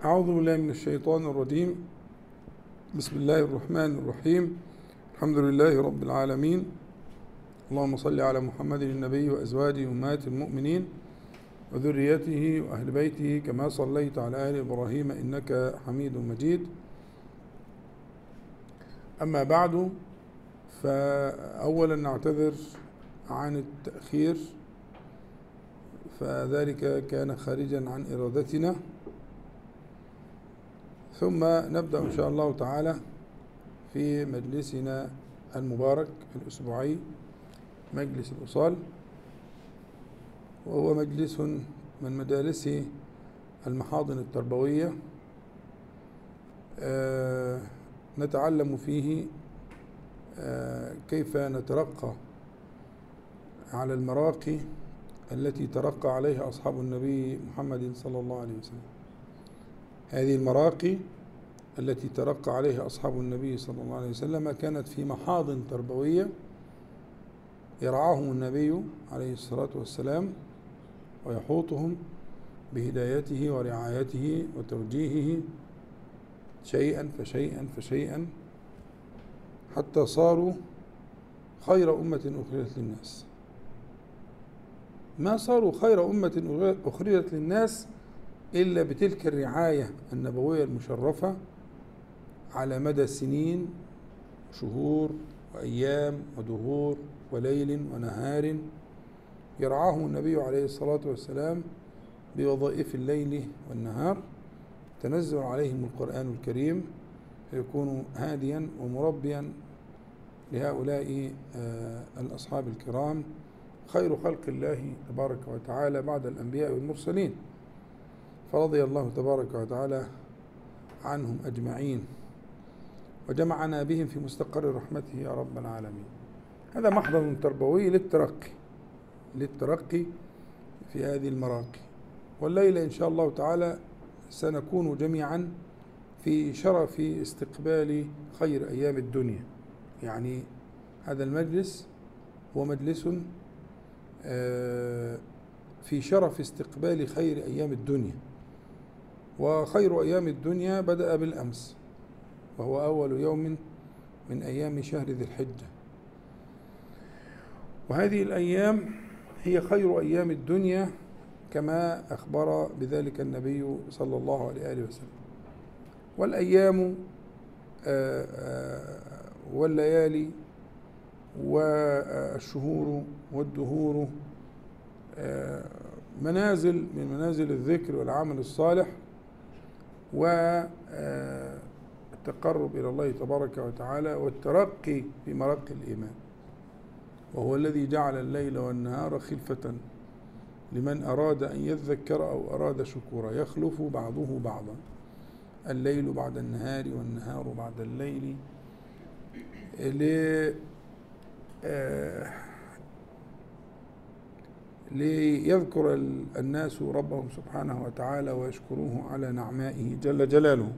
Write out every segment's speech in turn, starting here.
أعوذ بالله من الشيطان الرجيم. بسم الله الرحمن الرحيم. الحمد لله رب العالمين. اللهم صل على محمد النبي وأزواجه أمهات المؤمنين وذريته وأهل بيته كما صليت على آل إبراهيم إنك حميد مجيد. أما بعد، فأولا نعتذر عن التأخير، فذلك كان خارجا عن إرادتنا. ثم نبدأ إن شاء الله تعالى في مجلسنا المبارك الأسبوعي، مجلس الوصال، وهو مجلس من مجالس المحاضن التربوية نتعلم فيه كيف نترقى على المراقي التي ترقى عليها أصحاب النبي محمد صلى الله عليه وسلم. هذه المراقي التي ترقى عليها أصحاب النبي صلى الله عليه وسلم كانت في محاضن تربوية يرعاهم النبي عليه الصلاة والسلام ويحوطهم بهدايته ورعايته وتوجيهه شيئا فشيئا فشيئا حتى صاروا خير أمة أخرجت للناس. ما صاروا خير أمة أخرجت للناس إلا بتلك الرعاية النبوية المشرفة على مدى سنين شهور وأيام ودهور وليل ونهار، يرعاهم النبي عليه الصلاة والسلام بوظائف الليل والنهار، تنزل عليهم القرآن الكريم فيكون هاديا ومربيا لهؤلاء الأصحاب الكرام، خير خلق الله تبارك وتعالى بعد الأنبياء والمرسلين، فرضي الله تبارك وتعالى عنهم أجمعين وجمعنا بهم في مستقر رحمته يا رب العالمين. هذا محضن تربوي للترقي في هذه المراقي. والليلة إن شاء الله تعالى سنكون جميعا في شرف استقبال خير أيام الدنيا. يعني هذا المجلس هو مجلس في شرف استقبال خير أيام الدنيا، وخير أيام الدنيا بدأ بالأمس، وهو أول يوم من أيام شهر ذي الحجة، وهذه الأيام هي خير أيام الدنيا كما أخبر بذلك النبي صلى الله عليه وسلم. والأيام والليالي والشهور والدهور منازل من منازل الذكر والعمل الصالح والتقرب إلى الله تبارك وتعالى والترقي في مرقي الإيمان، وهو الذي جعل الليل والنهار خلفة لمن أراد أن يذكر أو أراد شكورا، يخلف بعضه بعضا، الليل بعد النهار والنهار بعد الليل، ليذكر الناس ربهم سبحانه وتعالى ويشكروه على نعمائه جل جلاله.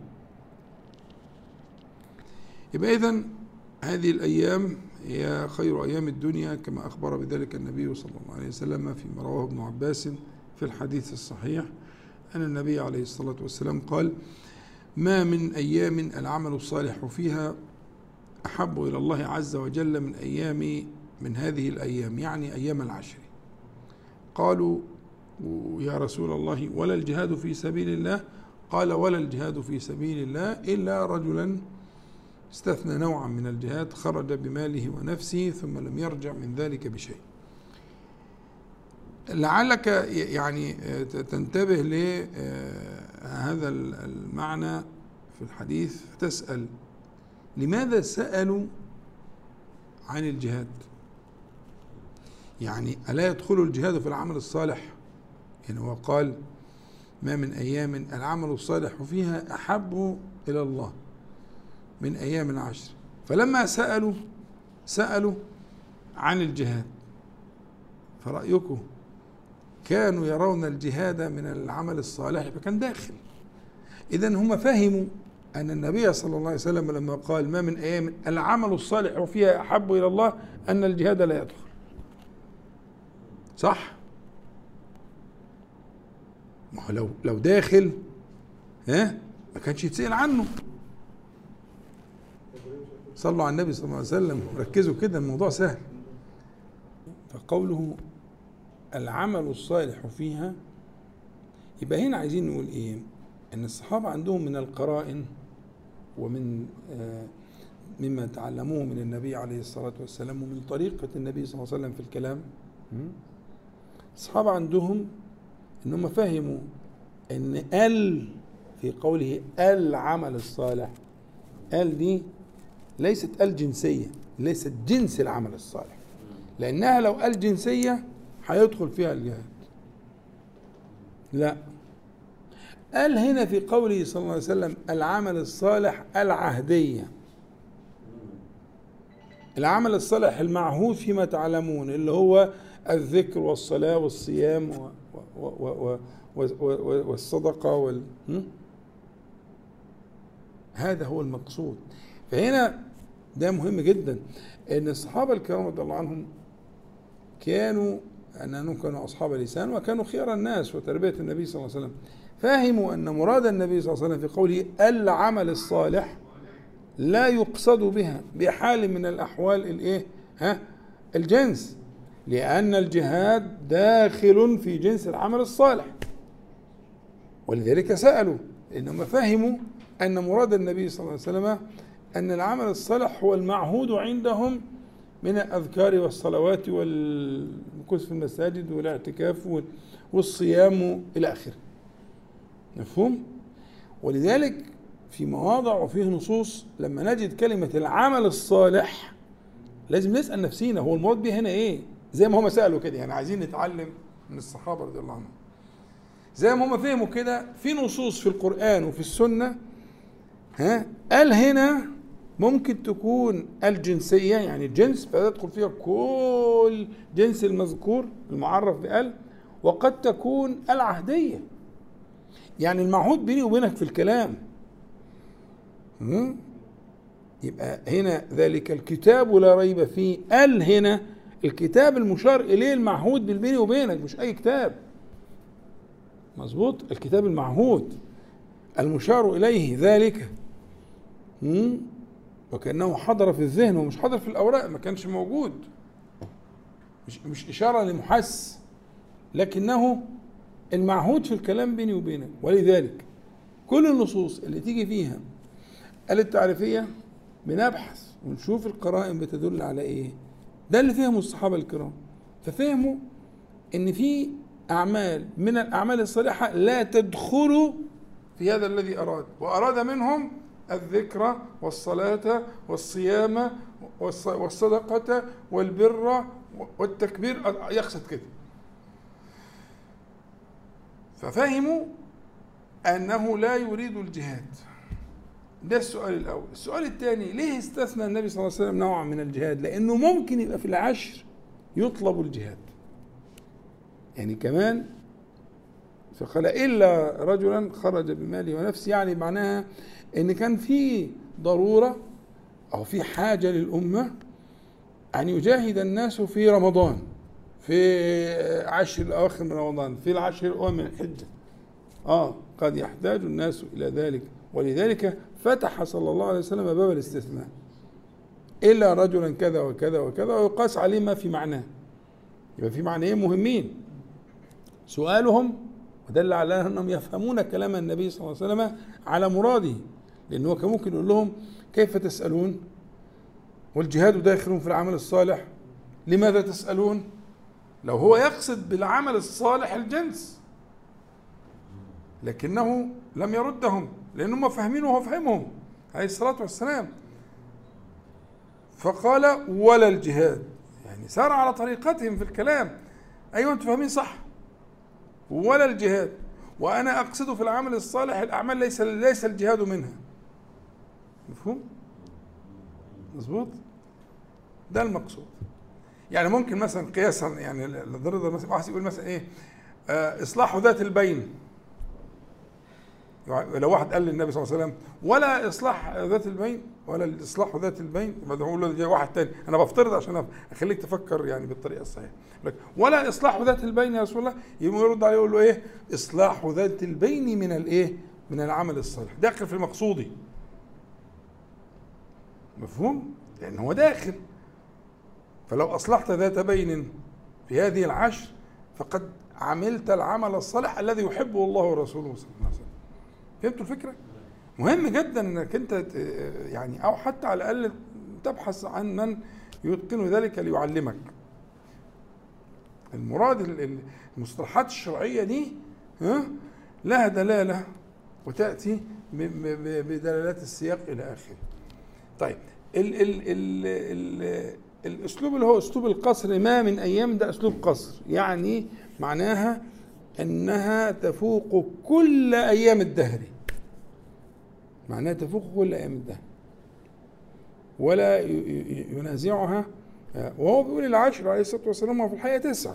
يبقى إذن هذه الأيام هي خير أيام الدنيا كما أخبر بذلك النبي صلى الله عليه وسلم فيما رواه ابن عباس في الحديث الصحيح أن النبي عليه الصلاة والسلام قال: ما من أيام العمل الصالح فيها أحب إلى الله عز وجل من هذه الأيام، يعني أيام العشر. قالوا: يا رسول الله ولا الجهاد في سبيل الله؟ قال: ولا الجهاد في سبيل الله إلا رجلا استثنى نوعا من الجهاد خرج بماله ونفسه ثم لم يرجع من ذلك بشيء. لعلك يعني تنتبه لهذا المعنى في الحديث، تسأل: لماذا سألوا عن الجهاد؟ يعني ألا يدخل الجهاد في العمل الصالح؟ يعني هو قال: ما من أيام العمل الصالح فيها أحب إلى الله من أيام العشر. فلما سألوا عن الجهاد، فرأيكم كانوا يرون الجهاد من العمل الصالح فكان داخل. إذن هم فهموا أن النبي صلى الله عليه وسلم لما قال: ما من أيام العمل الصالح فيها أحب إلى الله، أن الجهاد لا يدخل. صح؟ ما هو لو داخل ما كانش يتسأل عنه. صلوا على النبي صلى الله عليه وسلم، ركزوا كده، الموضوع سهل. فقوله العمل الصالح فيها، يبقى هنا عايزين نقول ايه؟ ان الصحابة عندهم من القرائن ومن مما تعلموه من النبي عليه الصلاة والسلام ومن طريقة النبي صلى الله عليه وسلم في الكلام، الصحابة عندهم انهم فهموا ان في قوله العمل الصالح، دي ليست جنسية، ليست جنس العمل الصالح، لأنها لو جنسية هيدخل فيها الجهاد. لا، هنا في قوله صلى الله عليه وسلم العمل الصالح العهدية، العمل الصالح المعهود فيما تعلمون، اللي هو الذكر والصلاة والصيام والصدقة هذا هو المقصود. فهنا ده مهم جدا، ان الصحابة الكرام رضي الله عنهم كانوا أصحاب لسان وكانوا خيار الناس وتربية النبي صلى الله عليه وسلم، فهموا أن مراد النبي صلى الله عليه وسلم في قوله العمل الصالح لا يقصد بها بحال من الأحوال الجنس، لأن الجهاد داخل في جنس العمل الصالح، ولذلك سألوا، إنهم فهموا أن مراد النبي صلى الله عليه وسلم أن العمل الصالح هو المعهود عندهم من الأذكار والصلوات والمكث في المساجد والاعتكاف والصيام إلى آخره. مفهوم؟ ولذلك في مواضع وفيه نصوص لما نجد كلمة العمل الصالح لازم نسأل نفسينا هو المراد به هنا إيه؟ زي ما هم سألوا كده، يعني عايزين نتعلم من الصحابة رضي الله عنهم. زي ما هم فهموا كده في نصوص في القرآن وفي السنة قال هنا ممكن تكون الجنسية، يعني الجنس فيدخل فيها كل جنس المذكور المعرف بال، وقد تكون العهدية، يعني المعهود بيني وبينك في الكلام. يبقى هنا ذلك الكتاب لا ريب فيه، هنا الكتاب المشار إليه المعهود بيني وبينك، مش أي كتاب. مظبوط، الكتاب المعهود المشار إليه ذلك وكأنه حضر في الذهن ومش حضر في الأوراق، ما كانش موجود، مش إشارة لمحس، لكنه المعهود في الكلام بيني وبينك. ولذلك كل النصوص اللي تيجي فيها التعريفية بنبحث ونشوف القرائن بتدل على إيه. ده اللي فهموا الصحابة الكرام، ففهموا إن في أعمال من الأعمال الصالحة لا تدخل في هذا الذي أراد، وأراد منهم الذكر والصلاة والصيام والصدقة والبر والتكبير، يقصد كده. ففهموا أنه لا يريد الجهاد. ده السؤال الأول. السؤال الثاني، ليه استثنى النبي صلى الله عليه وسلم نوعا من الجهاد؟ لأنه ممكن يبقى في العشر يطلب الجهاد، يعني كمان فقال إلا رجلا خرج بماله ونفسه، يعني معناها إن كان في ضرورة أو في حاجة للأمة أن يجاهد الناس في رمضان، في عشر الأواخر من رمضان، في العشر الأول من الحجة. قد يحتاج الناس إلى ذلك، ولذلك فتح صلى الله عليه وسلم باب الاستثناء، إلا رجلا كذا وكذا وكذا، ويقاس عليه ما في معناه. يبقى في معنيين مهمين، سؤالهم ودل على أنهم يفهمون كلام النبي صلى الله عليه وسلم على مراده، لأنه كان ممكن يقول لهم كيف تسألون والجهاد داخل في العمل الصالح، لماذا تسألون؟ لو هو يقصد بالعمل الصالح الجنس، لكنه لم يردهم لأنهم فاهمينه وهو فهمهم عليه الصلاة والسلام. فقال ولا الجهاد، يعني سار على طريقتهم في الكلام. أيوة أنتم فاهمين صح، ولا الجهاد، وأنا أقصد في العمل الصالح الأعمال ليس الجهاد منها. مفهوم؟ مظبوط؟ ده المقصود. يعني ممكن مثلا قياسا، يعني لضرر مثلا واحد يقول مثلا إيه إصلاح ذات البين. لو واحد قال للنبي صلى الله عليه وسلم ولا إصلاح ذات البين ولا إصلاح ذات البين، بدعو له واحد تاني، أنا بفترض عشان أخليك تفكر يعني بالطريقة الصحيحة، ولا إصلاح ذات البين يا رسول الله، يرد عليه يقول له إيه؟ إصلاح ذات البين من الإيه؟ من العمل الصالح، داخل في مقصودي. مفهوم؟ لأن هو داخل. فلو أصلحت ذات بين في هذه العشر فقد عملت العمل الصالح الذي يحبه الله ورسوله صلى الله عليه وسلم. فهمتوا الفكرة؟ مهم جدا انك انت يعني او حتى على الاقل تبحث عن من يتقن ذلك ليعلمك. المراد المصطلحات الشرعية دي لها دلالة وتأتي بدلالات السياق إلى آخره. طيب ال ال ال ال الأسلوب اللي هو أسلوب القصر، ما من أيام، ده أسلوب قصر، يعني معناها أنها تفوق كل أيام الدهر، معناها تفوق كل أيام الدهر ولا ينازعها. وهو بيقول العشر عليه الصلاة والسلام وفي الحقيقة 9،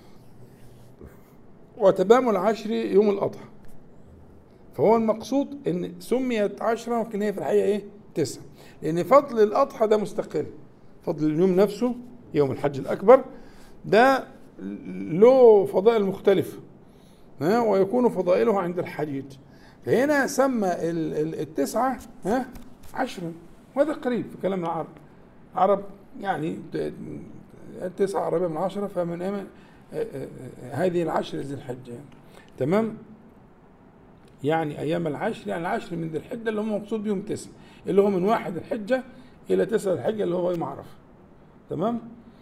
وتمام العشر يوم الأضحى. فهو المقصود ان سميت 10 ولكن هي في الحقيقة ايه 9، لأن فضل الأضحى ده مستقل. فضل اليوم نفسه يوم الحج الأكبر ده له فضائل مختلفة ويكون فضائله عند الحجيج. فهنا سمى التسعة 10، وهذا قريب في كلام العرب. عرب يعني 9 قريبة من 10، فمن هذه العشر ذي الحجة يعني. تمام؟ يعني أيام العشر، يعني العشر من ذي الحجة اللي هم مقصود بهم 9، اللي هو من 1 الحجة إلى 9 الحجة اللي هو يوم عرفة. تمام؟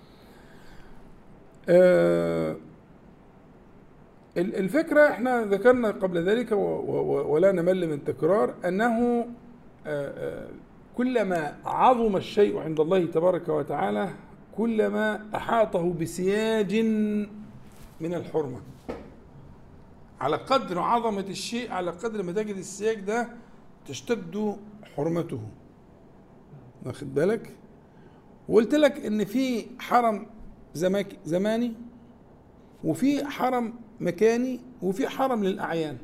الفكرة احنا ذكرنا قبل ذلك ولا نمل من تكرار أنه كلما عظم الشيء عند الله تبارك وتعالى كلما أحاطه بسياج من الحرمة. على قدر عظمة الشيء على قدر ما تجد السياج ده تشتد حرمته. واخد بالك؟ وقلت لك ان في حرم زماني وفي حرم مكاني وفي حرم للأعيان.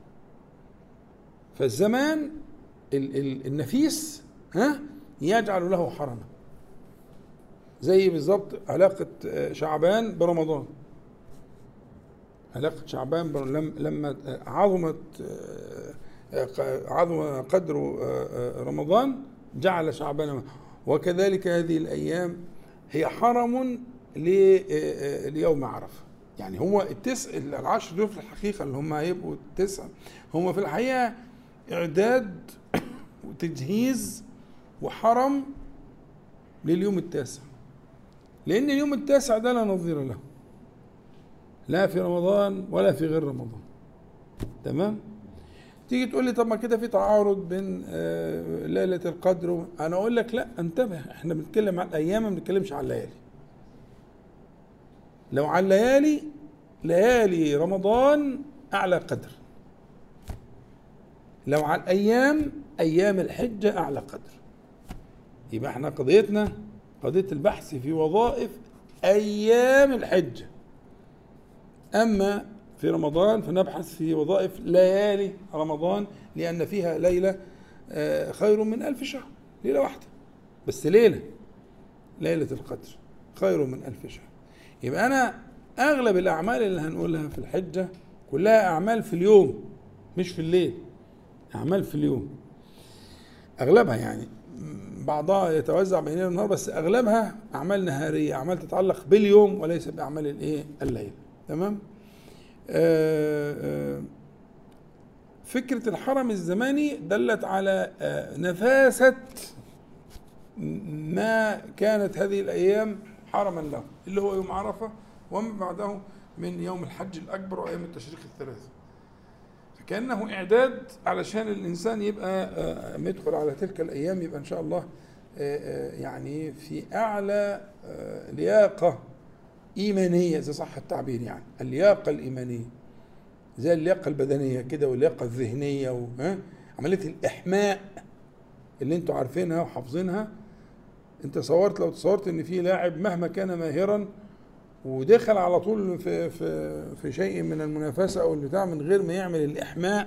فالزمان النفيس يجعل له حرما، زي بالضبط علاقة شعبان برمضان. علاقة شعبان لما عظم قدر رمضان جعل شعبان، وكذلك هذه الأيام هي حرم ليوم عرفة. يعني هو العشر دول في الحقيقة اللي هم هيبقوا 9، هم في الحقيقة إعداد وتجهيز وحرم لليوم 9، لأن اليوم 9 ده لا نظير له، لا في رمضان ولا في غير رمضان. تمام؟ تيجي تقول لي طب ما كده في تعارض بين ليلة القدر. أنا أقول لك لا، انتبه، احنا بنتكلم عن الأيام ما بنتكلمش عن الليالي. لو عن الليالي، ليالي رمضان أعلى قدر. لو عن الأيام، أيام الحجة أعلى قدر. يبقى احنا قضيتنا قضية البحث في وظائف أيام الحجة. أما في رمضان فنبحث في وظائف ليالي رمضان، لأن فيها ليلة خير من 1000 شهر. ليلة واحدة بس، ليلة القدر خير من 1000 شهر. يبقى أنا أغلب الأعمال اللي هنقولها في الحجة كلها أعمال في اليوم مش في الليل، أعمال في اليوم أغلبها، يعني بعضها يتوزع بين الليل والنهار، بس أغلبها أعمال نهارية، أعمال تتعلق باليوم وليس بأعمال الليل. تمام؟ فكرة الحرم الزماني دلت على نفاسة ما كانت هذه الأيام حرما له، اللي هو يوم عرفة وما بعده من يوم الحج الأكبر وأيام التشريق الثلاثة. فكأنه إعداد علشان الإنسان يبقى يدخل على تلك الأيام يبقى إن شاء الله يعني في أعلى لياقة إيمانية، إذا صح التعبير، يعني اللياقة الإيمانية زي اللياقة البدنية كده واللياقة الذهنية عملية الإحماء اللي انتوا عارفينها وحافظينها. انت لو تصورت ان في لاعب مهما كان ماهرا ودخل على طول في شيء من المنافسة او البتاع من غير ما يعمل الإحماء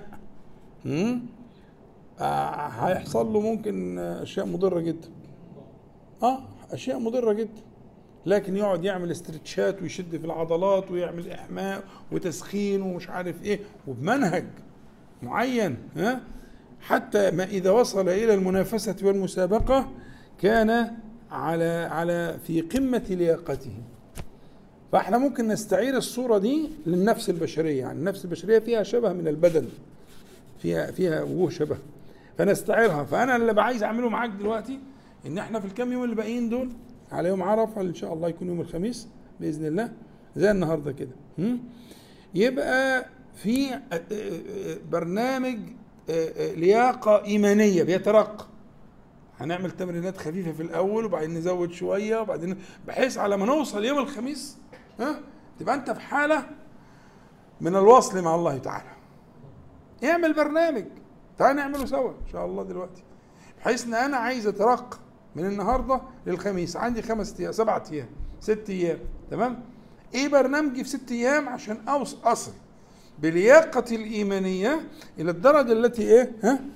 هيحصل له ممكن أشياء مضرة جدا. أشياء مضرة جدا. لكن يقعد يعمل استرتشات ويشد في العضلات ويعمل إحماء وتسخين ومش عارف إيه وبمنهج معين، حتى ما إذا وصل إلى المنافسة والمسابقة كان على في قمة لياقته. فاحنا ممكن نستعير الصورة دي للنفس البشرية، يعني النفس البشرية فيها شبه من البدن، فيها وجوه شبه، فنستعيرها. فأنا اللي عايز أعمله معاك دلوقتي إن احنا في الكام يوم اللي باقيين دول على يوم عرفة إن شاء الله يكون يوم الخميس بإذن الله زي النهاردة كده، يبقى في برنامج لياقة إيمانية بيترقى. هنعمل تمرينات خفيفة في الأول وبعدين نزود شوية وبعدين، بحيث على ما نوصل يوم الخميس تبقى أنت في حالة من الوصل مع الله تعالى. اعمل برنامج، تعال نعمله سوا إن شاء الله دلوقتي، بحيث إن أنا عايز أترقى من النهاردة للخميس. عندي 5 أيام 7 أيام 6 أيام، تمام؟ إيه برنامجي في 6 أيام عشان أصل بلياقة الإيمانية إلى الدرجة التي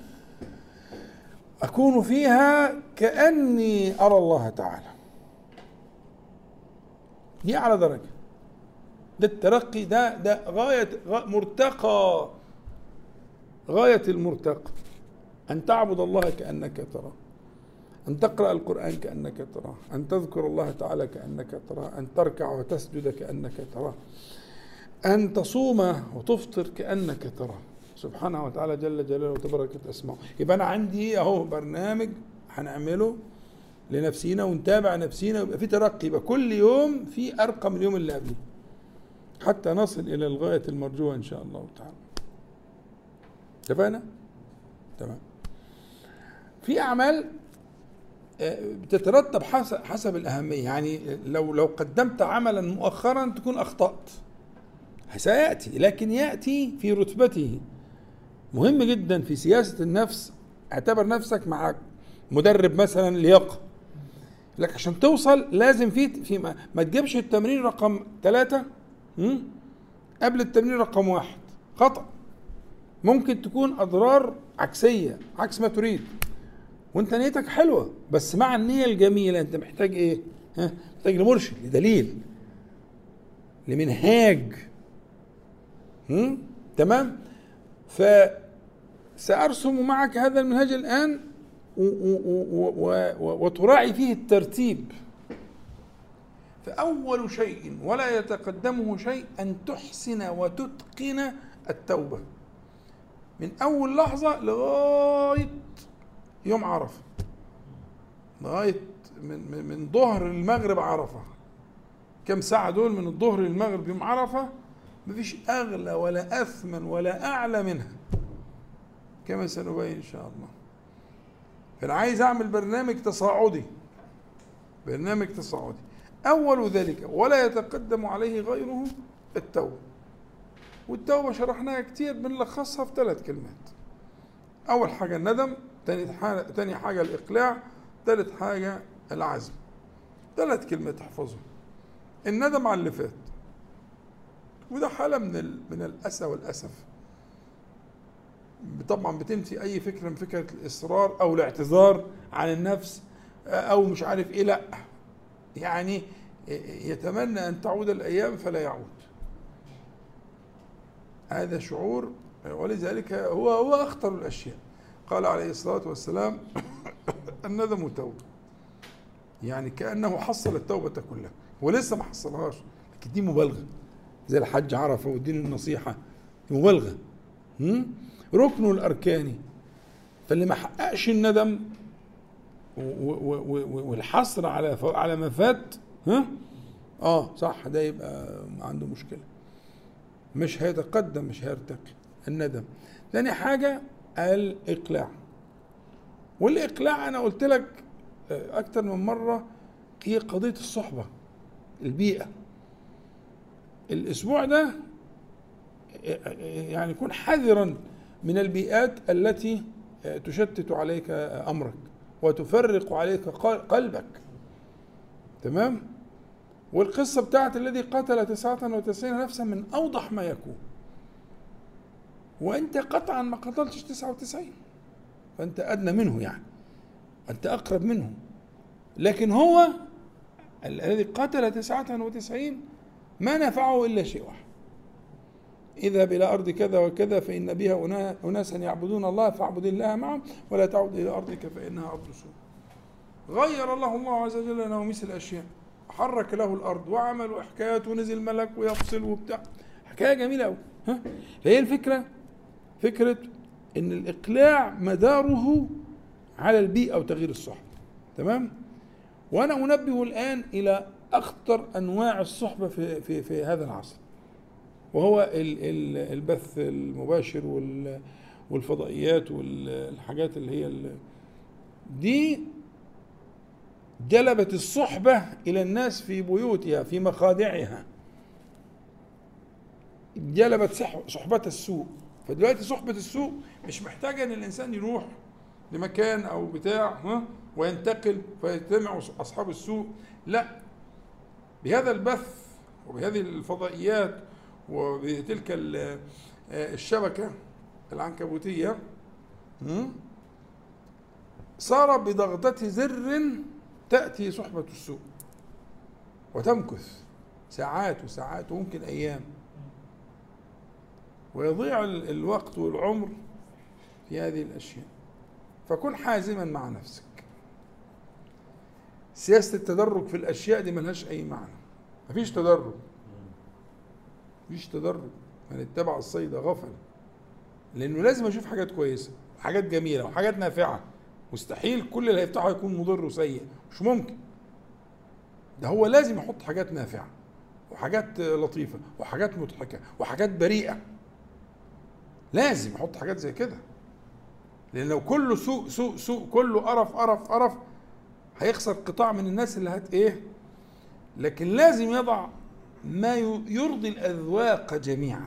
أكون فيها كأني أرى الله تعالى. دي أعلى درجة، ده الترقي، ده غاية مرتقى، غاية المرتقى. أن تعبد الله كأنك تراه، أن تقرأ القرآن كأنك تراه، أن تذكر الله تعالى كأنك تراه، أن تركع وتسجد كأنك تراه، أن تصوم وتفطر كأنك تراه سبحانه وتعالى جل جلاله وتباركت أسماؤه. يبقى أنا عندي أهو برنامج هنعمله لنفسينا ونتابع نفسينا ويبقى في ترقي، يبقى كل يوم في أرقى من اليوم اللي قبله حتى نصل إلى الغاية المرجوة إن شاء الله تعالى. اتفقنا؟ تمام. في أعمال بتترتب حسب الأهمية، يعني لو قدمت عملا مؤخرا تكون أخطأت، سيأتي لكن يأتي في رتبته. مهم جدا في سياسة النفس، اعتبر نفسك مع مدرب مثلا لياقة، لك عشان توصل لازم في ما تجيبش التمرين رقم 3 قبل التمرين رقم 1، خطأ. ممكن تكون أضرار عكسية، عكس ما تريد، وانت نيتك حلوة، بس مع النية الجميلة انت محتاج ايه؟ محتاج لمرشد، لدليل، لمنهاج. تمام. فسأرسم معك هذا المنهج الآن وتراعي فيه الترتيب. فأول شيء ولا يتقدمه شيء أن تحسن وتتقن التوبة من أول لحظة لغاية يوم عرفة، لغاية من ظهر المغرب عرفة. كم ساعة دول من الظهر للمغرب يوم عرفة؟ مفيش أغلى ولا أثمن ولا أعلى منها كما سنبين إن شاء الله. فأنا عايز أعمل برنامج تصاعدي، برنامج تصاعدي. أول ذلك ولا يتقدم عليه غيره التوبة. والتوبة شرحناها كتير، بنلخصها في 3 كلمات. أول حاجة الندم، تاني حاجة الإقلاع، ثالث حاجة العزم. 3 كلمات تحفظهم. الندم على اللي فات، وده حالة من الأسى والأسف. طبعا بتنفي أي فكرة من فكرة الإصرار أو الاعتذار عن النفس أو مش عارف إيه، لأ، يعني يتمنى أن تعود الأيام فلا يعود. هذا شعور، ولذلك هو أخطر الأشياء. قال عليه الصلاة والسلام الندم توبة، يعني كأنه حصل التوبة كلها ولسه ما حصلهاش، لكن دي مبالغة، زي الحج عرفة والدين النصيحة، مبالغة. ركن الأركان. فاللي ما حققش الندم والحصر على ما فات، صح، ده يبقى عنده مشكلة، مش هيتقدم، مش هيرتقي. الندم. ثاني حاجة الإقلاع. والإقلاع أنا قلت لك أكتر من مرة هي قضية الصحبة، البيئة. الأسبوع ده يعني كن حذرا من البيئات التي تشتت عليك أمرك وتفرق عليك قلبك. تمام. والقصة بتاعت الذي قتل 99 نفسا من أوضح ما يكون، وأنت قطعا ما قتلتش 99، فأنت أدنى منه، يعني أنت أقرب منه. لكن هو الذي قتل 99 ما نفعه إلا شيء واحد، اذهب إلى أرض كذا وكذا فإن بها أناسا يعبدون الله فاعبد الله معهم ولا تعد إلى أرضك فإنها أرض سوء. غير الله عز وجل له مثل الأشياء، حرك له الأرض وعمل وحكايات ونزل ملك ويفصل وبتاع، حكاية جميلة أوي. فهي الفكرة فكرة إن الإقلاع مداره على البيئة وتغيير الصحبة. تمام؟ وأنا أنبه الآن إلى أخطر أنواع الصحبة في هذا العصر، وهو البث المباشر والفضائيات والحاجات اللي هي دي جلبت الصحبة إلى الناس في بيوتها في مخادعها، جلبت صحبة السوء. فدلوقتي صحبة السوء مش محتاجة ان الانسان يروح لمكان او بتاع وينتقل فيجتمع اصحاب السوء، لا، بهذا البث وبهذه الفضائيات وبتلك الشبكة العنكبوتية صار بضغطة زر تأتي صحبة السوء وتمكث ساعات وساعات وممكن أيام، ويضيع الوقت والعمر في هذه الأشياء. فكن حازما مع نفسك. سياسة التدرج في الأشياء دي ملهاش أي معنى. مفيش تدرج، مفيش تدرج. من اتبع الصيد غفل، لأنه لازم أشوف حاجات كويسة وحاجات جميلة وحاجات نافعة. مستحيل كل اللي هيفتحه يكون مضر وسيء، مش ممكن. ده هو لازم يحط حاجات نافعة وحاجات لطيفة وحاجات مضحكة وحاجات بريئة، لازم يحط حاجات زي كده. لأن لو كله سوء سوء سوء، كله قرف قرف قرف، هيخسر قطاع من الناس اللي لكن لازم يضع ما يرضي الأذواق جميعا،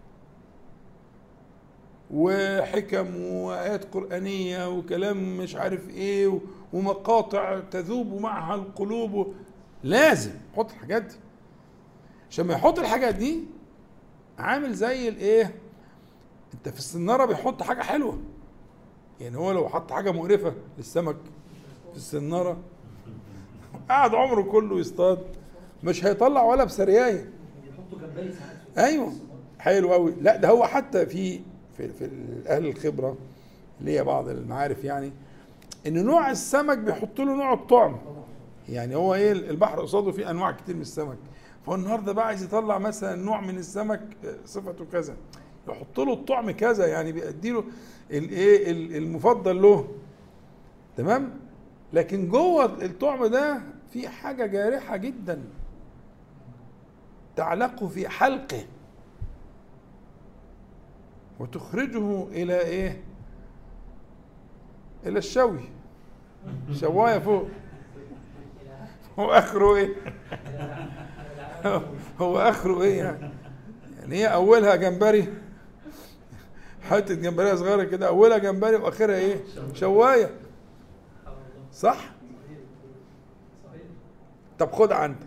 وحكم وآيات قرآنية وكلام مش عارف ايه ومقاطع تذوب معها القلوب. لازم يحط الحاجات دي. عشان ما يحط الحاجات دي عامل زي انت في السنارة بيحط حاجة حلوة. يعني هو لو حط حاجة مقرفة للسمك في السنارة قاعد عمره كله يصطاد مش هيطلع ولا بسرياية. ايوه حلو قوي. لا ده هو حتى في اهل الخبرة اللي هي بعض المعارف يعني ان نوع السمك بيحط له نوع الطعم. يعني هو البحر قصاده فيه انواع كتير من السمك، فهو النهارده بقى عايز يطلع مثلا نوع من السمك صفته كذا، يحط له الطعم كذا، يعني بيدي له المفضل له. تمام؟ لكن جوه الطعم ده في حاجة جارحة جدا تعلق في حلقه وتخرجه الى الى الشوي، شوايه فوق. هو اخره هو اخره يعني هي اولها جمبري، حته جمبريه صغيره كده، اولها جمبري واخرها شوايه. صح؟ طب خد عندك،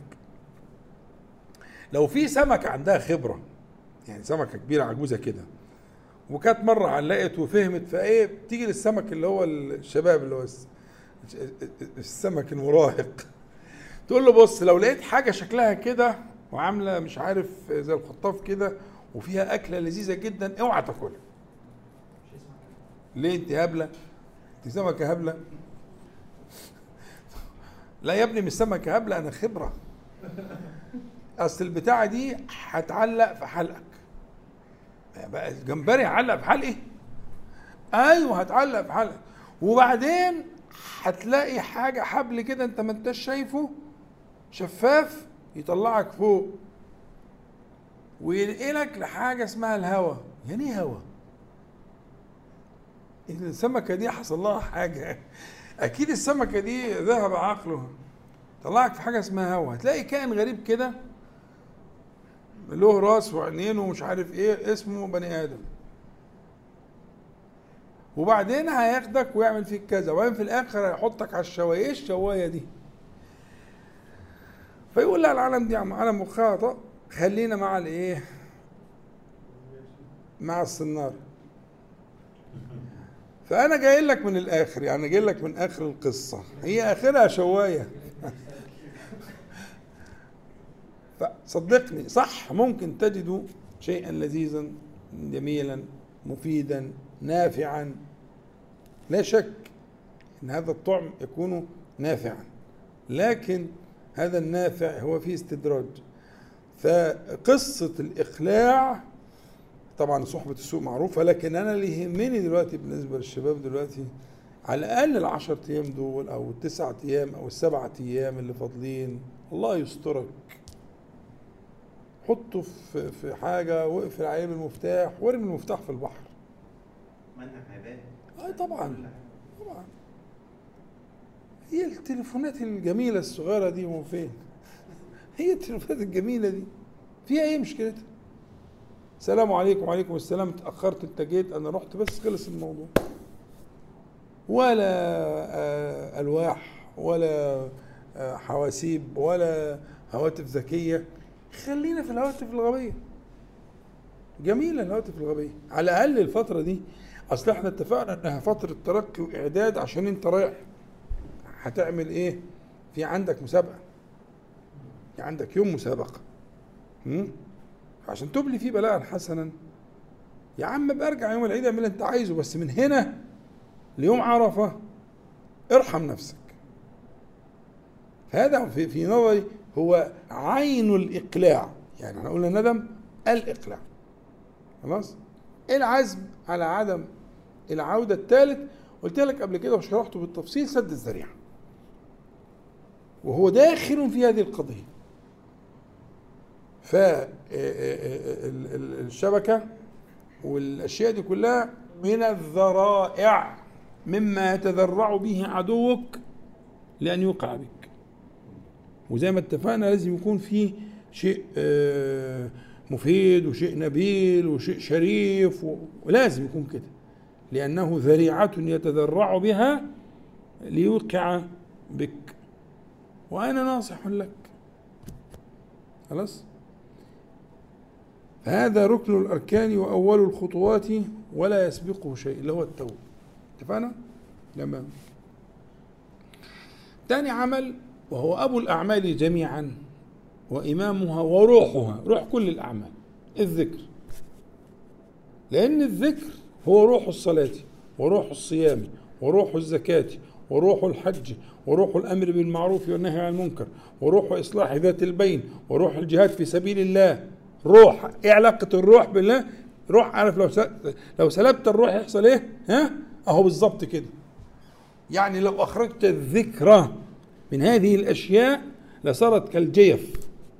لو في سمكه عندها خبره، يعني سمكه كبيره عجوزه كده وكانت مره علقت وفهمت بتيجي للسمك اللي هو الشباب اللي هو السمك المراهق، تقول له بص لو لقيت حاجه شكلها كده وعامله مش عارف زي الخطاف كده وفيها اكله لذيذه جدا اوعى تاكلها. ليه؟ انت هبله؟ انت سمكه هبله؟ لا يا ابني مش سمكه هبله، انا خبره. اصل البتاعه دي هتعلق في حلقك. بقى الجمبري هيعلق في حلقي؟ ايوه هتعلق في حلقك. وبعدين هتلاقي حاجه حبل كده انت ما انتش شايفه شفاف يطلعك فوق وينقلك لحاجه اسمها الهوا. يعني ايه هوا؟ السمكه دي حصل لها حاجه، اكيد السمكه دي ذهب عقلها، طلعك في حاجه اسمها هوا. هتلاقي كائن غريب كده له راس وعينين ومش عارف اسمه بني ادم، وبعدين هياخدك ويعمل فيك كذا، وبعدين في الاخر هيحطك على الشوايه. ايه الشوايه دي؟ فيقول لا العالم دي عالم مخاطئ، خلينا مع مع الصنار. فانا جاي لك من الاخر، يعني جاي لك من اخر القصه، هي اخرها شوايه. فصدقني صح ممكن تجدوا شيئا لذيذا جميلا مفيدا نافعا، لا شك ان هذا الطعم يكون نافعا، لكن هذا النافع هو فيه استدراج. فقصة الإقلاع طبعا صحبة السوء معروفة، لكن أنا اللي يهمني دلوقتي بالنسبة للشباب دلوقتي على الأقل 10 أيام دول أو 9 أيام أو 7 أيام اللي فاضلين، الله يسترك، حطه في حاجة واقفل عليه بالمفتاح وارمي المفتاح في البحر. طبعا طبعا. هي التليفونات الجميلة الصغيرة دي هو فين؟ هي التليفونات الجميلة دي فيها ايه مشكلتها؟ السلام عليكم. وعليكم السلام. اتأخرت، انت جيت، انا رحت، بس خلص الموضوع. ولا ألواح ولا حواسيب ولا هواتف ذكية، خلينا في الهواتف الغبية. جميلة الهواتف الغبية على الأقل الفترة دي، أصل احنا اتفقنا انها فترة ترقي وإعداد، عشان انت رايح هتعمل ايه؟ في عندك مسابقة، في عندك يوم مسابقة عشان تبلي فيه بلاء حسنا. يا عم برجع يوم العيد اعمل اللي انت عايزه، بس من هنا ليوم عرفة ارحم نفسك. هذا في نظري هو عين الإقلاع. يعني احنا قلنا ندم الإقلاع، خلاص، العزم على عدم العودة. الثالث قلت لك قبل كده وشرحته بالتفصيل، سد الذريعة، وهو داخل في هذه القضية. فالشبكة والأشياء دي كلها من الذرائع، مما يتذرع به عدوك لأن يوقع بك. وزي ما اتفقنا لازم يكون فيه شيء مفيد وشيء نبيل وشيء شريف، ولازم يكون كده، لأنه ذريعة يتذرع بها ليوقع بك، وأنا ناصح لك. خلاص، هذا ركن الأركان وأول الخطوات ولا يسبقه شيء، اللي هو التوبة. اتفقنا؟ تمام. تاني عمل وهو أبو الأعمال جميعا وإمامها وروحها، روح كل الأعمال، الذكر. لأن الذكر هو روح الصلاة وروح الصيام وروح الزكاة وروح الحج وروح الأمر بالمعروف والنهي عن المنكر وروح إصلاح ذات البين وروح الجهاد في سبيل الله. روح، إيه علاقة الروح بالله؟ روح، عارف لو سلبت الروح يحصل إيه؟ أهو بالظبط كده. يعني لو أخرجت الذكر من هذه الأشياء لصارت كالجيف.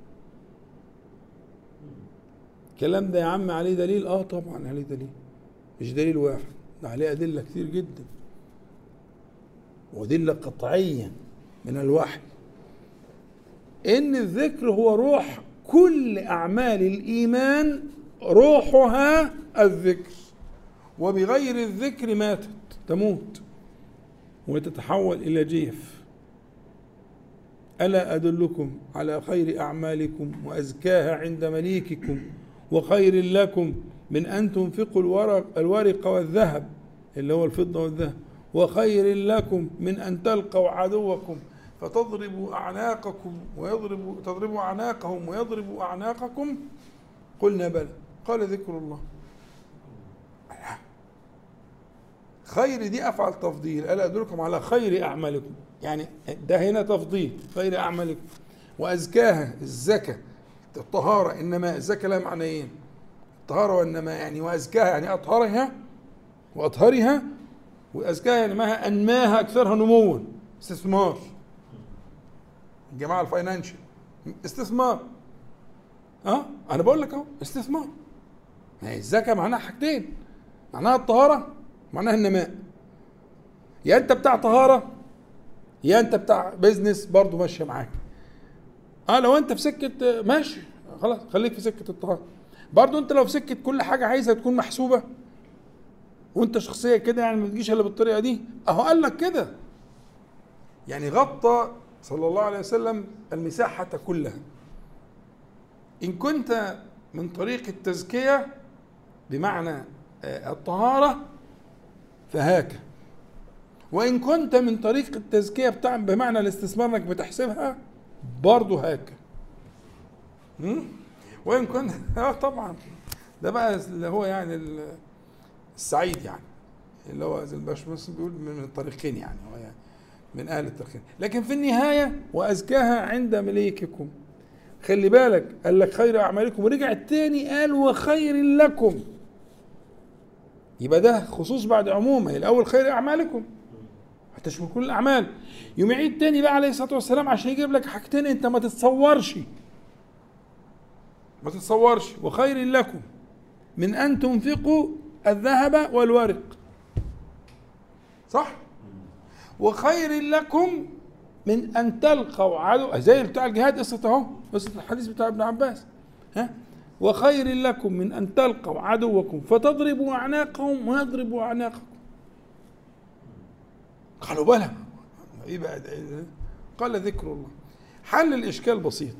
الكلام ده يا عم عليه دليل؟ طبعا عليه دليل، مش دليل واحد، ده عليه أدلة كتير جدا، وأدلة قطعية من الوحي، إن الذكر هو روح كل أعمال الإيمان، روحها الذكر، وبغير الذكر ماتت، تموت وتتحول إلى جيف. ألا أدلكم على خير أعمالكم وأزكاها عند مليككم وخير لكم من أن تنفقوا الورق والذهب، اللي هو الفضة والذهب، وخير لكم من أن تلقوا عدوكم فتضربوا أعناقكم تضربوا أعناقهم ويضربوا أعناقكم؟ قلنا بلى، قال ذكر الله. خير دي أفعل تفضيل، ألا أدلكم على خير أعمالكم، يعني ده هنا تفضيل، خير أعمالكم. وأزكاها الزكاة، الطهارة، إنما الزكاة لها معنيين، الطهارة والنماء، يعني وأزكاها يعني أطهرها وأطهرها، وأزكاها يعني ما أنماها أكثرها نموا، استثمار. الجماعة الفاينانشال استثمار، أنا بقول لك استثمار. الزكاة معناها حاجتين، معناها الطهارة، معناها النماء. يا أنت بتاع طهارة يا أنت بتاع بيزنس برضو ماشية معاك. لو أنت في سكة ماشي خلاص خليك في سكة الطهارة. برضو أنت لو في سكة كل حاجة عايزها تكون محسوبة وأنت شخصية كده، يعني ما تجيش إلا بالطريقة دي، أهو قال لك كده. يعني غطى صلى الله عليه وسلم المساحة كلها. إن كنت من طريق التزكية بمعنى الطهارة فهاك، وإن كنت من طريق التزكية بمعنى الاستثمار انك بتحسبها برضه هاك. وإن كنت طبعا ده بقى اللي هو يعني السعيد يعني، اللي هو زي الباشمهندس بيقول من الطريقين يعني، هو يعني من أهل الطريقين. لكن في النهاية وأزكاها عند مليككم، خلي بالك قال لك خير أعمالكم، ورجع التاني قال وخير لكم، يبقى ده خصوص بعد عموم. الأول خير أعمالكم هتشمل كل الأعمال، يوم يعيد تاني بقى عليه الصلاة والسلام عشان يجيب لك حاجتين أنت ما تتصورش، وخير لكم من أن تنفقوا الذهب والورق، صح؟ وخير لكم من أن تلقوا عدو، زي بتاع الجهاد، قصة أهو، قصة الحديث بتاع ابن عباس، ها؟ وخير لكم من أن تلقوا عدوكم فتضربوا أعناقهم ويضربوا أعناقكم. قالوا بلى، إيه بقى ده؟ قال ذكر الله. حل الإشكال بسيط،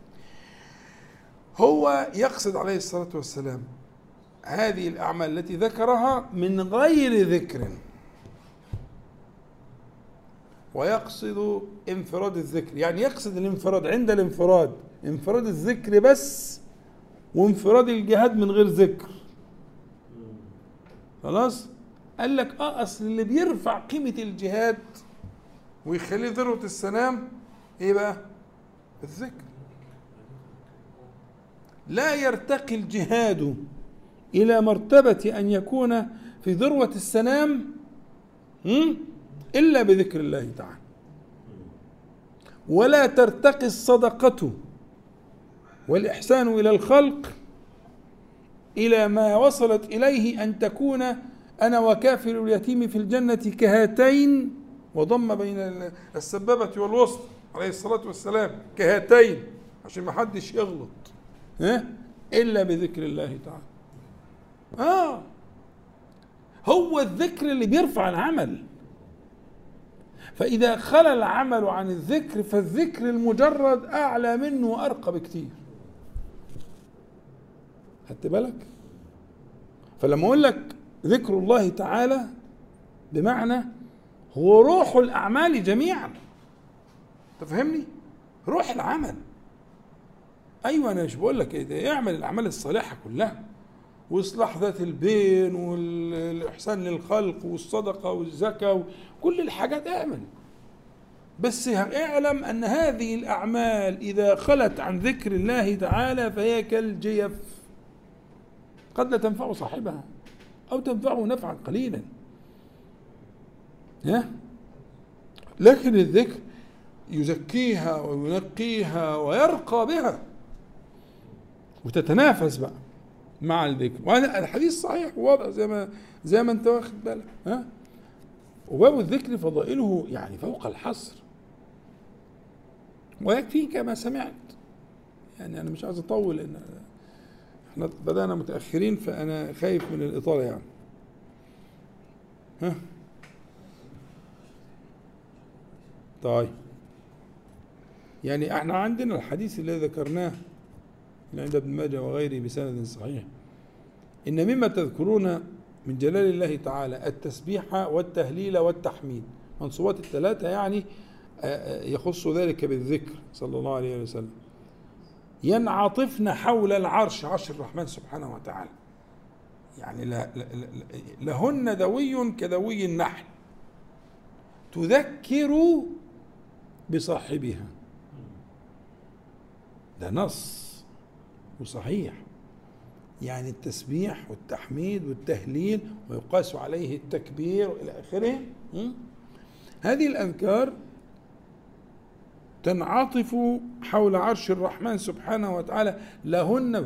هو يقصد عليه الصلاة والسلام هذه الأعمال التي ذكرها من غير ذكر، ويقصد انفراد الذكر، يعني يقصد الانفراد عند الانفراد، انفراد الذكر بس، وانفراد الجهاد من غير ذكر. خلاص؟ قال لك اصل اللي بيرفع قيمة الجهاد ويخليه ذروة السنام ايه بقى؟ الذكر. لا يرتقي الجهاد إلى مرتبة أن يكون في ذروة السنام إلا بذكر الله تعالى، ولا ترتقي الصدقة والإحسان إلى الخلق إلى ما وصلت إليه أن تكون أنا وكافر اليتيم في الجنة كهاتين، وضم بين السبابة والوسط عليه الصلاة والسلام كهاتين عشان ما حدش يغلط، إلا بذكر الله تعالى. هو الذكر اللي بيرفع العمل، فإذا خلى العمل عن الذكر فالذكر المجرد أعلى منه وأرقى بكتير. خدت بالك؟ فلما أقول لك ذكر الله تعالى بمعنى هو روح الأعمال جميعا، تفهمني؟ روح العمل. أيوة، أنا مش بقول لك اعمل الأعمال الصالحة كلها، وإصلاح ذات البين والإحسان للخلق والصدقة والزكاة وكل الحاجات اعمل، بس اعلم أن هذه الأعمال إذا خلت عن ذكر الله تعالى فهي كالجيف، قد لا تنفع صاحبها أو تنفعه نفعا قليلا، لكن الذكر يزكيها وينقيها ويرقى بها وتتنافس بقى مع الذكر. وهذا الحديث صحيح وواضح زي ما انت واخد بالك. وباب الذكر فضائله يعني فوق الحصر، ويكفي كما سمعت. يعني انا مش عايز اطول لان احنا بدأنا متأخرين، فانا خايف من الإطالة يعني. طيب، يعني احنا عندنا الحديث الذي ذكرناه عند ابن ماجه وغيره بسند صحيح، إن مما تذكرون من جلال الله تعالى التسبيح والتهليل والتحميد، منصوبات الثلاثة يعني يخص ذلك بالذكر صلى الله عليه وسلم، ينعطفن حول العرش، عرش الرحمن سبحانه وتعالى، يعني لهن دوي كدوي النحل تذكر بصاحبها. ده نص وصحيح، يعني التسبيح والتحميد والتهليل ويقاس عليه التكبير إلى آخره. هذه الأذكار تنعطف حول عرش الرحمن سبحانه وتعالى، لهن،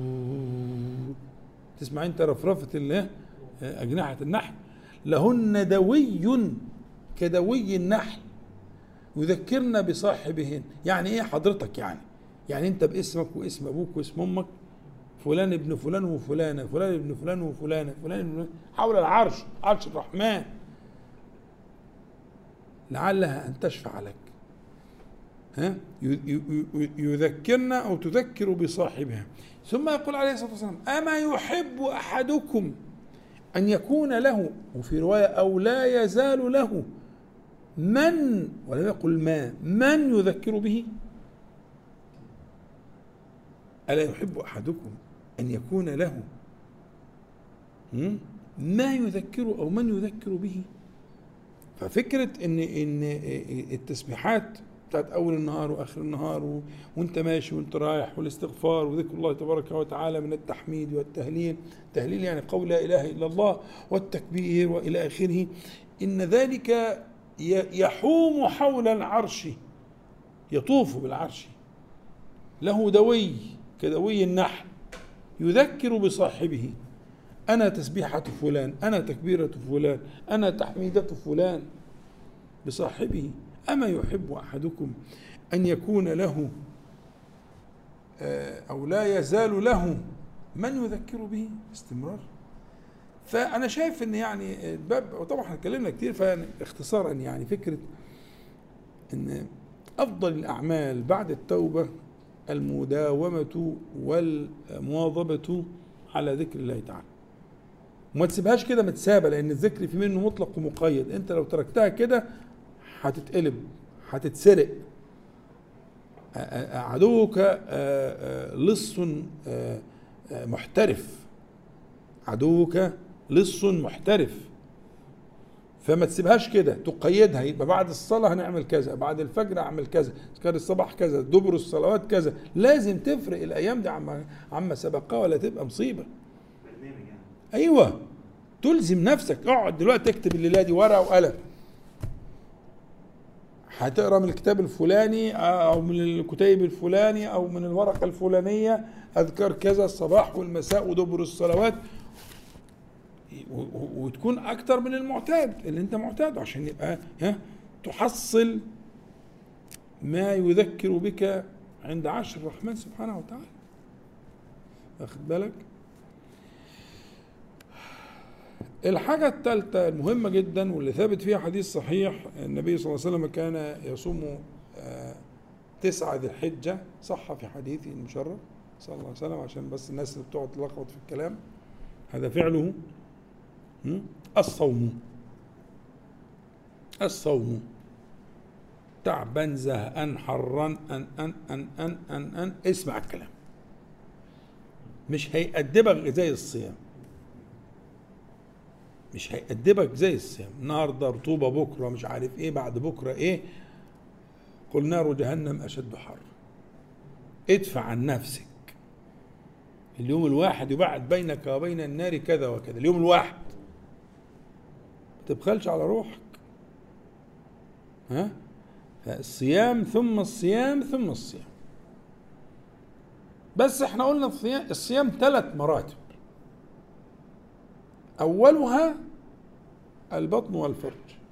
تسمع انت رفرفة أجنحة النحل، لهن دوي كدوي النحل يذكرنا بصاحبهن. يعني ايه حضرتك؟ يعني انت باسمك واسم ابوك واسم امك فلان ابن فلان وفلانة، فلان ابن فلان وفلانة، فلان ابن فلان، حول العرش، عرش الرحمن، لعلها أن تشفع لك. يذكرنا أو تذكر بصاحبها. ثم يقول عليه الصلاة والسلام: أما يحب أحدكم أن يكون له، وفي رواية أو لا يزال له، من، ولم يقل ما، من يذكر به؟ ألا يحب أحدكم أن يكون له ما يذكره أو من يذكر به. ففكرة إن التسبيحات بتاعت أول النهار وآخر النهار وأنت ماشي وأنت رايح، والاستغفار وذكر الله تبارك وتعالى من التحميد والتهليل، تهليل يعني قول لا إله إلا الله، والتكبير وإلى آخره، إن ذلك يحوم حول العرش، يطوف بالعرش، له دوي كدوي النحل يذكر بصاحبه: أنا تسبيحة فلان، أنا تكبيرة فلان، أنا تحميدة فلان، بصاحبه. أما يحب أحدكم أن يكون له أو لا يزال له من يذكر به استمرار؟ فأنا شايف أن يعني الباب، وطبعا اتكلمنا كتير، فاختصارا يعني فكرة أن أفضل الأعمال بعد التوبة المداومة والمواظبة على ذكر الله تعالى، وما تسيبهاش كده متسابة، لأن الذكر في منه مطلق ومقيد. أنت لو تركتها كده هتتقلب، هتتسرق. عدوك لص محترف، عدوك لص محترف، فما تسيبهاش كده، تقيدها. يبقى بعد الصلاة هنعمل كذا، بعد الفجر اعمل كذا، اذكار الصباح كذا، دبر الصلوات كذا. لازم تفرق الأيام دي عما سبقها، ولا تبقى مصيبة. أيوة، تلزم نفسك. اقعد دلوقتي تكتب الليلة دي ورقة وقلم، هتقرا من الكتاب الفلاني او من الكتيب الفلاني او من الورقه الفلانيه اذكار كذا الصباح والمساء ودبر الصلوات، وتكون اكتر من المعتاد اللي انت معتاده، عشان يبقى تحصل ما يذكر بك عند عرش الرحمن سبحانه وتعالى. واخد بالك؟ الحاجة الثالثة المهمة جدا واللي ثابت فيها حديث صحيح، النبي صلى الله عليه وسلم كان يصوم 9 ذي الحجة، صح في حديثه المشرف صلى الله عليه وسلم، عشان بس الناس اللي بتقعد تلخبط في الكلام. هذا فعله الصوم تعبان زهقان حران أن اسمع الكلام، مش هيأدبك زي الصيام، مش هيأدبك زي الصيام. النهارده رطوبة، بكرة مش عارف ايه، بعد بكرة ايه. قل نار جهنم أشد حر. ادفع عن نفسك. اليوم الواحد يبعد بينك وبين النار كذا وكذا، اليوم الواحد. ما تبخلش على روحك. فالصيام ثم الصيام ثم الصيام. بس احنا قلنا الصيام 3 مراتب. أولها البطن والفرج،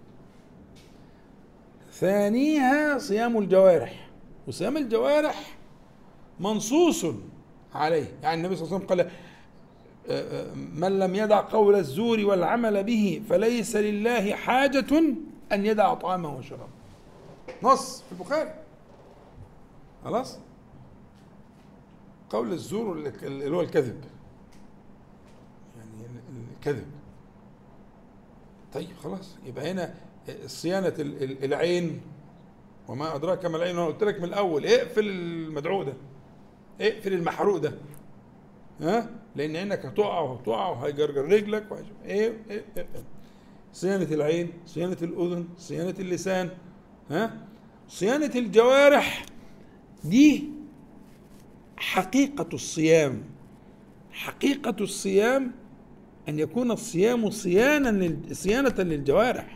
ثانيها صيام الجوارح، وصيام الجوارح منصوص عليه. يعني النبي صلى الله عليه وسلم قال: من لم يدع قول الزور والعمل به فليس لله حاجة أن يدع طعامه وشرابه. نص في البخاري. خلاص؟ قول الزور اللي هو الكذب، كذب. طيب خلاص، يبقى هنا صيانة العين، وما أدراك ما العين. أنا قلت لك من الأول اقفل المدعو ده، اقفل المحروق ده، لأن عينك هتقع وهيجرجر رجلك إيه. صيانة العين، صيانة الأذن، صيانة اللسان، صيانة الجوارح. دي حقيقة الصيام. حقيقة الصيام أن يكون الصيام صيانة للجوارح.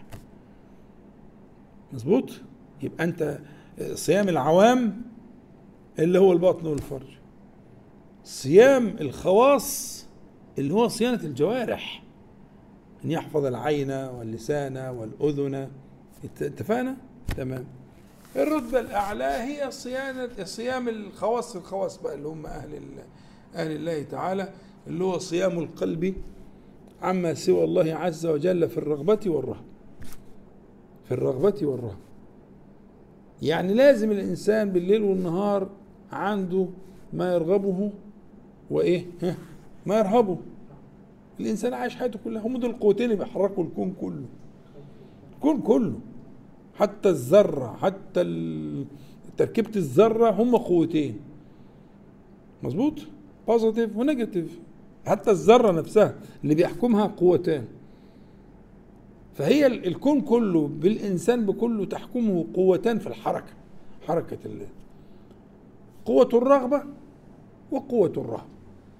مظبوط؟ يبقى أنت صيام العوام اللي هو البطن والفرج، صيام الخواص اللي هو صيانة الجوارح، أن يحفظ العين واللسان والأذن. اتفقنا؟ تمام. الرتبة الأعلى هي صيام الخواص بقى، اللي هم أهل الله تعالى، اللي هو صيام القلب عما سوى الله عز وجل في الرغبة والرهبة. في الرغبة والرهبة يعني لازم الإنسان بالليل والنهار عنده ما يرغبه وإيه ما يرهبه. الإنسان عايش حياته كلها، هم دول القوتين اللي بيحركوا الكون كله. الكون كله، حتى الذرة، حتى تركيبة الذرة هم قوتين. مظبوط؟ بوزيتيف ونيجاتيف، حتى الذرة نفسها اللي بيحكمها قوتان. فهي الكون كله بالإنسان بكله تحكمه قوتان في الحركة، حركة الله، قوة الرغبة وقوة الرهبة،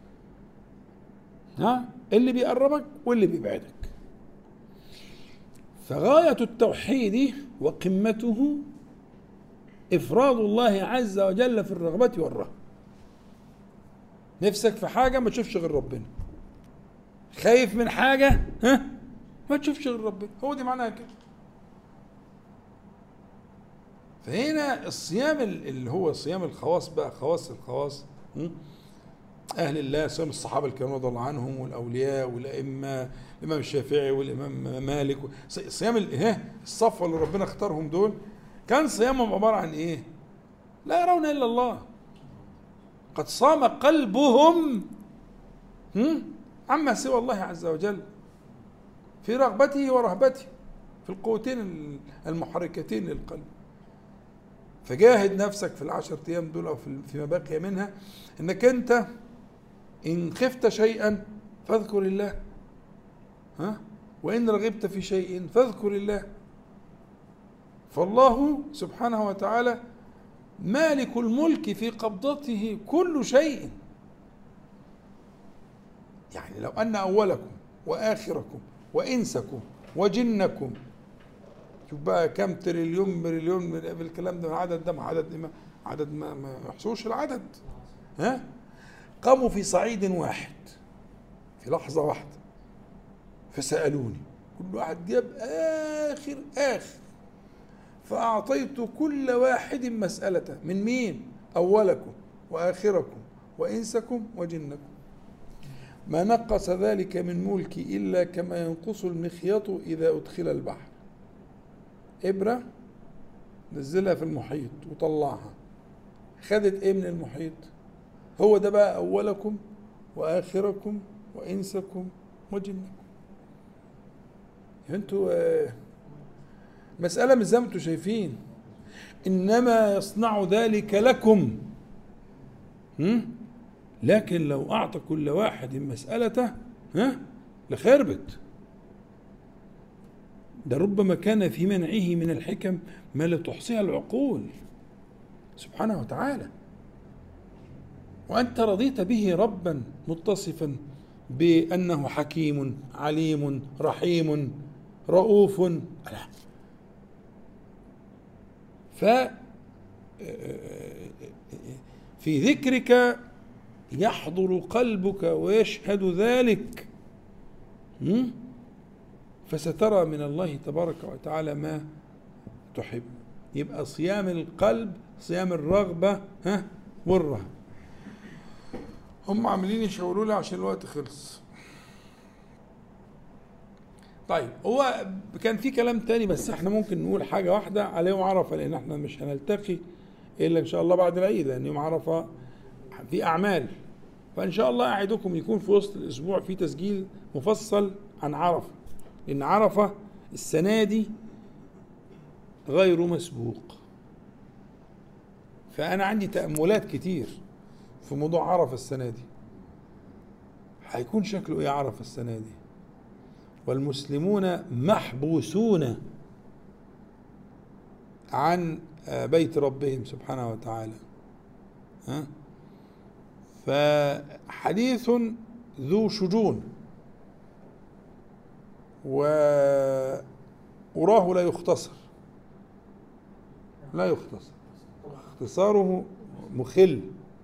اللي بيقربك واللي بيبعدك. فغاية التوحيد وقمته إفراد الله عز وجل في الرغبة والرهبة. نفسك في حاجة ما تشوفش غير ربنا، خايف من حاجة ما تشوفش غير ربنا، هو دي معناها كده. فهنا الصيام اللي هو صيام الخواص بقى، خواص الخواص، أهل الله، صيام الصحابة الكرام رضي الله عنهم والأولياء والأئمة، الإمام الشافعي والإمام مالك، صيام الصفوة اللي ربنا اختارهم دول، كان صيامهم عبارة عن إيه؟ لا يرون إلا الله، قد صام قلبهم عما سوى الله عز وجل في رغبته ورهبته، في القوتين المحركتين للقلب. فجاهد نفسك في ال10 أيام دول أو فيما بقي منها، إنك أنت إن خفت شيئا فاذكر الله، وإن رغبت في شيء فاذكر الله. فالله سبحانه وتعالى مالك الملك، في قبضته كل شيء. يعني لو أن أولكم وآخركم وإنسكم وجنكم، شوف بقى كم تريليون بريليون بالكلام ده، العدد ده عدد ما يحصوش العدد، قاموا في صعيد واحد في لحظة واحدة فسألوني، كل واحد جاب آخر، فأعطيت كل واحد مسألته. من مين؟ أولكم وآخركم وإنسكم وجنكم، ما نقص ذلك من ملكي إلا كما ينقص المخيط إذا أدخل البحر. إبرة نزلها في المحيط وطلعها، خدت إيه من المحيط؟ هو ده بقى أولكم وآخركم وإنسكم وجنكم. انتوا مسألة مش زي ما انتوا شايفين، إنما يصنع ذلك لكم. لكن لو أعطى كل واحد مسألته لخربت. ده ربما كان في منعه من الحكم ما لا تحصيها العقول سبحانه وتعالى. وأنت رضيت به ربا متصفا بأنه حكيم عليم رحيم رؤوف. في ذكرك يحضر قلبك ويشهد ذلك، فسترى من الله تبارك وتعالى ما تحب. يبقى صيام القلب صيام الرغبة والرهبة. هم عاملين يشاوروا لي عشان الوقت خلص. طيب هو كان في كلام تاني بس احنا ممكن نقول حاجة واحدة على يوم عرفة، لان احنا مش هنلتقي الا ان شاء الله بعد العيد، لان يوم عرفة في اعمال. فان شاء الله اعدكم يكون في وسط الاسبوع في تسجيل مفصل عن عرفة، لان عرفة السنة دي غير مسبوق. فانا عندي تأملات كتير في موضوع عرفة السنة دي. هيكون شكله ايه عرفة السنة دي؟ والمسلمون محبوسون عن بيت ربهم سبحانه وتعالى. فحديث ذو شجون، وأراه لا يختصر، اختصاره مخل،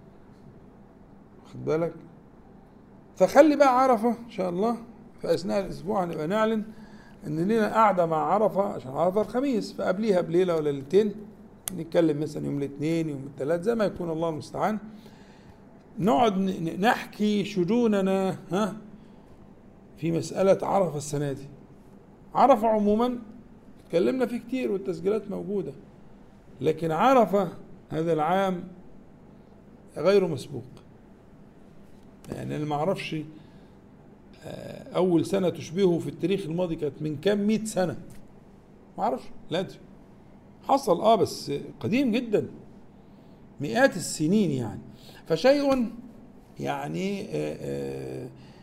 واخد بالك؟ فخلي بقى عرفة إن شاء الله في أثناء الأسبوع نبقى نعلن إن لنا قاعدة مع عرفة، عشان عرفة الخميس، فقبليها بليلة ولا ليلتين نتكلم مثلا يوم الاثنين يوم الثلاث زي ما يكون الله المستعان، نقعد نحكي شجوننا في مسألة عرفة السنة دي. عرفة عموما تكلمنا فيه كتير والتسجيلات موجودة، لكن عرفة هذا العام غير مسبوق. يعني أنا ما أعرفش أول سنة تشبهه في التاريخ الماضي كانت من كام 100 سنة، ما أعرفش، لا أدري. حصل بس قديم جدا، مئات السنين يعني. فشيء يعني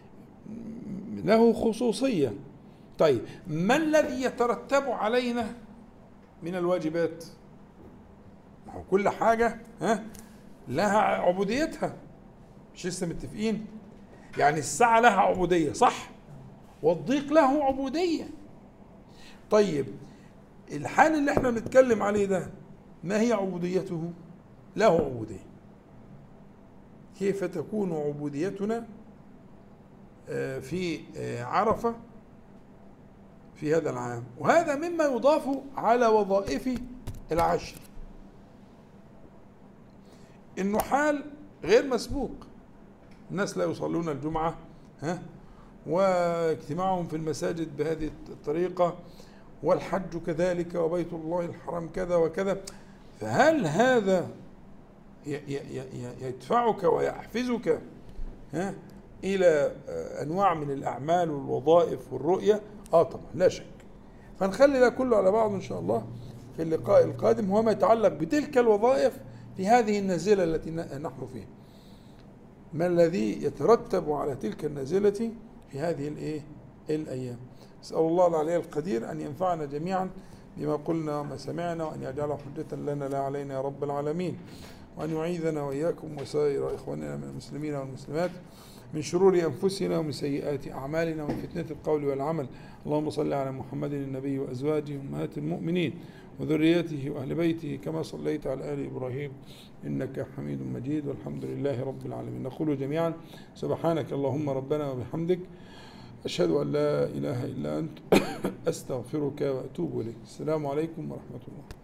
له خصوصية. طيب ما الذي يترتب علينا من الواجبات؟ كل حاجة لها عبوديتها، مش لسه متفقين؟ يعني الساعة لها عبودية صح، والضيق له عبودية. طيب الحال اللي احنا بنتكلم عليه ده ما هي عبوديته؟ له عبودية. كيف تكون عبوديتنا في عرفة في هذا العام؟ وهذا مما يضاف على وظائف العشر، انه حال غير مسبوق. الناس لا يصلون الجمعة واجتماعهم في المساجد بهذه الطريقة، والحج كذلك، وبيت الله الحرام كذا وكذا. فهل هذا يدفعك ويحفزك إلى أنواع من الأعمال والوظائف والرؤية؟ طبعا لا شك. فنخلي ده كله على بعض إن شاء الله في اللقاء القادم، وما يتعلق بتلك الوظائف في هذه النازلة التي نحن فيها. ما الذي يترتب على تلك النازلة في هذه الأيام؟ أسأل الله العلي القدير أن ينفعنا جميعا بما قلنا وما سمعنا، وأن يجعله حجة لنا لا علينا يا رب العالمين، وأن يعيذنا وإياكم وسائر إخواننا من المسلمين والمسلمات من شرور أنفسنا ومن سيئات أعمالنا ومن فتنة القول والعمل. اللهم صل على محمد النبي وأزواجه أمهات المؤمنين وذريته وأهل بيته كما صليت على آل إبراهيم إنك حميد مجيد، والحمد لله رب العالمين. نقول جميعا سبحانك اللهم ربنا وبحمدك، أشهد أن لا إله إلا أنت، أستغفرك وأتوب إليك. السلام عليكم ورحمة الله.